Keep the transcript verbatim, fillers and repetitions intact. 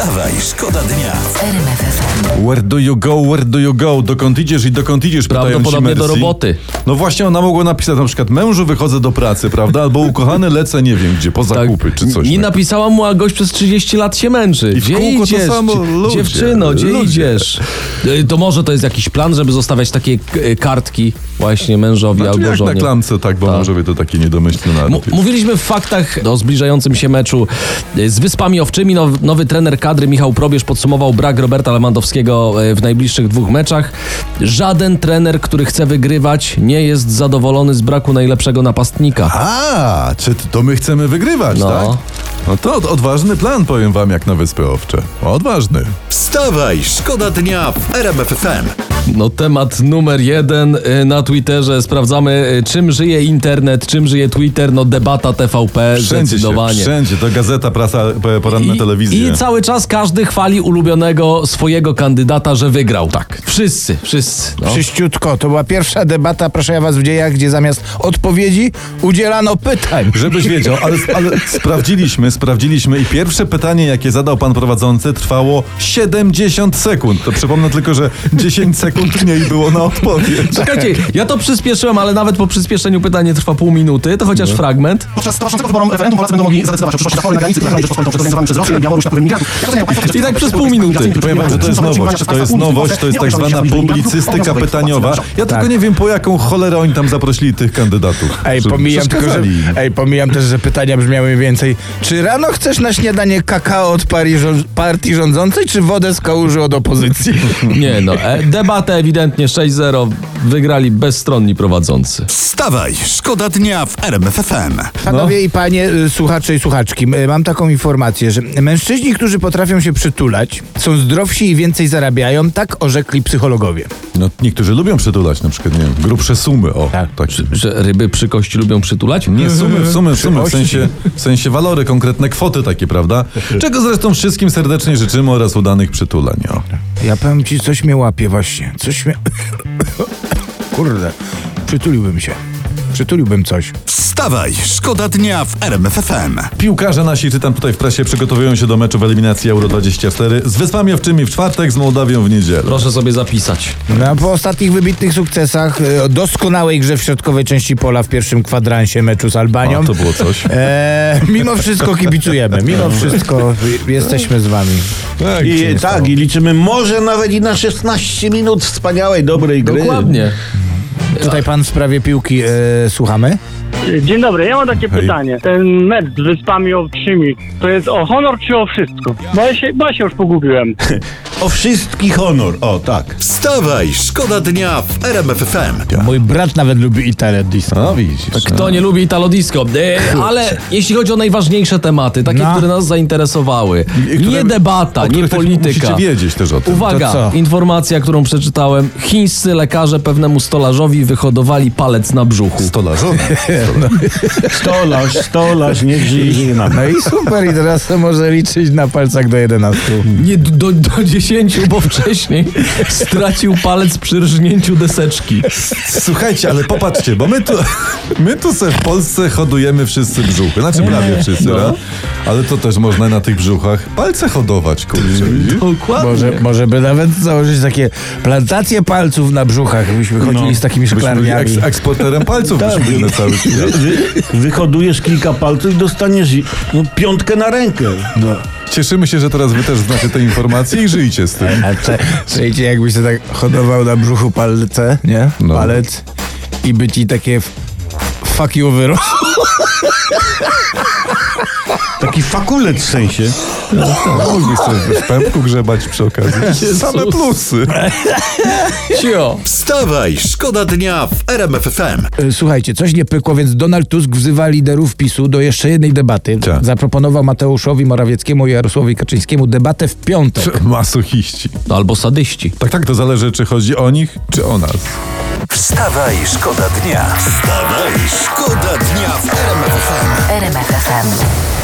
Wstawaj, szkoda dnia w R M F F M. Where do you go, where do you go? Dokąd idziesz i dokąd idziesz? Pytają ci Prawdopodobnie do Mercy. roboty. No właśnie, ona mogła napisać na przykład: mężu, wychodzę do pracy, prawda? Albo ukochany, lecę nie wiem gdzie, po zakupy czy coś. Nie tak. napisała mu, a gość przez trzydzieści lat się męczy. I w Gdzie kółko to idziesz? samo, ludzie, Dziewczyno, gdzie ludzie. idziesz? Y, To może to jest jakiś plan, żeby zostawiać takie k- kartki właśnie mężowi Znaczy, albo jak żonie. na klamce, tak, bo Tak. mężowie to takie niedomyślne naród M- jest. mówiliśmy w faktach o zbliżającym się meczu y, z Wyspami Owczymi. Now, nowy trener kadry Michał Probierz podsumował brak Roberta Lewandowskiego y, w najbliższych dwóch meczach. Żaden trener, który chce wygrywać, nie jest zadowolony z braku najlepszego napastnika. A, czy to my chcemy wygrywać, No. tak? No to od- odważny plan, powiem wam, jak na Wyspy Owcze. Odważny. Wstawaj, szkoda dnia w R M F F M. No temat numer jeden y, na Twitterze. Sprawdzamy, y, czym żyje internet, czym żyje Twitter. No debata T V P Wszędzie się, zdecydowanie. wszędzie. To gazeta, prasa, p- poranna telewizja. I cały czas każdy chwali ulubionego swojego kandydata, że wygrał. Tak. Wszyscy, wszyscy. No. Wszyściutko, to była pierwsza debata, proszę ja was, w dziejach, gdzie zamiast odpowiedzi udzielano pytań. Żebyś wiedział, ale, ale sprawdziliśmy, sprawdziliśmy i pierwsze pytanie, jakie zadał pan prowadzący, trwało siedemdziesiąt sekund. To przypomnę tylko, że dziesięć sekund mniej było na odpowiedź. Czekajcie, ja to przyspieszyłem, ale nawet po przyspieszeniu pytanie trwa pół minuty, to chociaż fragment. Podczas towarzyszącego wyborom referendum Polacy będą mogli zadecydować o przyszłości zachowań na granicy, która chroni Rzeczpospolitą przed zorganizowanym przez Rosję i Białoruś napływem migrantów. I tak przez pół minuty. Powiem wam, że to jest nowość, to jest nowość, to jest tak zwana publicystyka pytaniowa. Ja tylko nie wiem, po jaką cholerę oni tam zaprosili tych kandydatów. Ej, Że pomijam tylko, że, przeszkadzali im. ej, pomijam też, że pytania brzmiały mniej więcej. Czy rano chcesz na śniadanie kakao od pari żo- partii rządzącej, czy wodę z kałuży od opozycji? Nie no, e, debatę ewidentnie sześć zero wygrali bezstronni prowadzący. Wstawaj, szkoda dnia w R M F F M. Panowie i panie, y, słuchacze i słuchaczki, y, mam taką informację, że mężczyźni, którzy potrafią się przytulać, są zdrowsi i więcej zarabiają, tak orzekli psychologowie. No, niektórzy lubią przytulać, na przykład, nie wiem, grubsze sumy, o. Tak. Tak. Że ryby przy kości lubią przytulać? Nie, sumy, sumy, Przy sumy, w ości. sensie, w sensie walory, konkretne kwoty takie, prawda? Czego zresztą wszystkim serdecznie życzymy oraz udanych przytulań, o. Ja powiem ci, coś mnie łapie właśnie, coś mnie... Kurde, przytuliłbym się. Przytuliłbym coś. Wstawaj, szkoda dnia w R M F F M. Piłkarze nasi, czytam tutaj w prasie, przygotowują się do meczu w eliminacji Euro dwadzieścia cztery z Wyspami Owczymi w czwartek, z Mołdawią w niedzielę. Proszę sobie zapisać. No, a po ostatnich wybitnych sukcesach, y, o doskonałej grze w środkowej części pola w pierwszym kwadransie meczu z Albanią, A, to było coś. e, mimo wszystko kibicujemy, mimo wszystko y, jesteśmy z wami. Tak, I, się nie tak, stało. i liczymy może nawet i na szesnaście minut wspaniałej, dobrej gry. Dokładnie. Tutaj pan w sprawie piłki e, słuchamy. Dzień dobry, ja mam takie Hej. pytanie. Ten mecz z Wyspami Owczymi, to jest o honor czy o wszystko? Bo ja się, bo ja się już pogubiłem. O wszystki honor, o tak. Wstawaj, szkoda dnia w R M F F M. Mój brat nawet lubi Italię disco. No widzisz. Kto nie lubi Italo Disco? E, ale jeśli chodzi o najważniejsze tematy, takie, No. które nas zainteresowały, I które- nie debata, o nie których też polityka. Musicie wiedzieć też o tym. Uwaga, To co? informacja, którą przeczytałem. Chińscy lekarze pewnemu stolarzowi wyhodowali palec na brzuchu. Stolarzowi. Stolarz, stolarz, niech żyje nam. No i super, i teraz to może liczyć na palcach do jedenastu. Nie do, do dziesięciu, bo wcześniej stracił palec przy rżnięciu deseczki. Słuchajcie, ale popatrzcie, bo my tu, my tu se w Polsce hodujemy wszyscy brzuchy. Znaczy prawie wszyscy, no. Ale to też można na tych brzuchach palce hodować, kurczę. Dokładnie. Może, może by nawet założyć takie plantacje palców na brzuchach, byśmy chodzili z takimi Byśmy byli szklarniami. eks- eksporterem palców byśmy byli na cały świat. Wy, wyhodujesz kilka palców i dostaniesz no, piątkę na rękę. No. Cieszymy się, że teraz wy też znacie te informacje i żyjcie z tym. A cze- Czujecie, jakbyś się tak hodował na brzuchu palce, nie? No. Palec i by ci takie f- fuck you wyrosło. Taki fakulec w sensie. Mógłbyś sobie w pępku grzebać przy okazji. Same plusy. Cio. Wstawaj, szkoda dnia w R M F F M. E, Słuchajcie, coś nie pykło, więc Donald Tusk wzywa liderów PiSu do jeszcze jednej debaty. Tak. Zaproponował Mateuszowi Morawieckiemu i Jarosławowi Kaczyńskiemu debatę w piątek. Masochiści. Albo sadyści. Tak, tak, to zależy, czy chodzi o nich, czy o nas. Wstawaj, szkoda dnia. Wstawaj, szkoda dnia w R M F F M. R M F F M.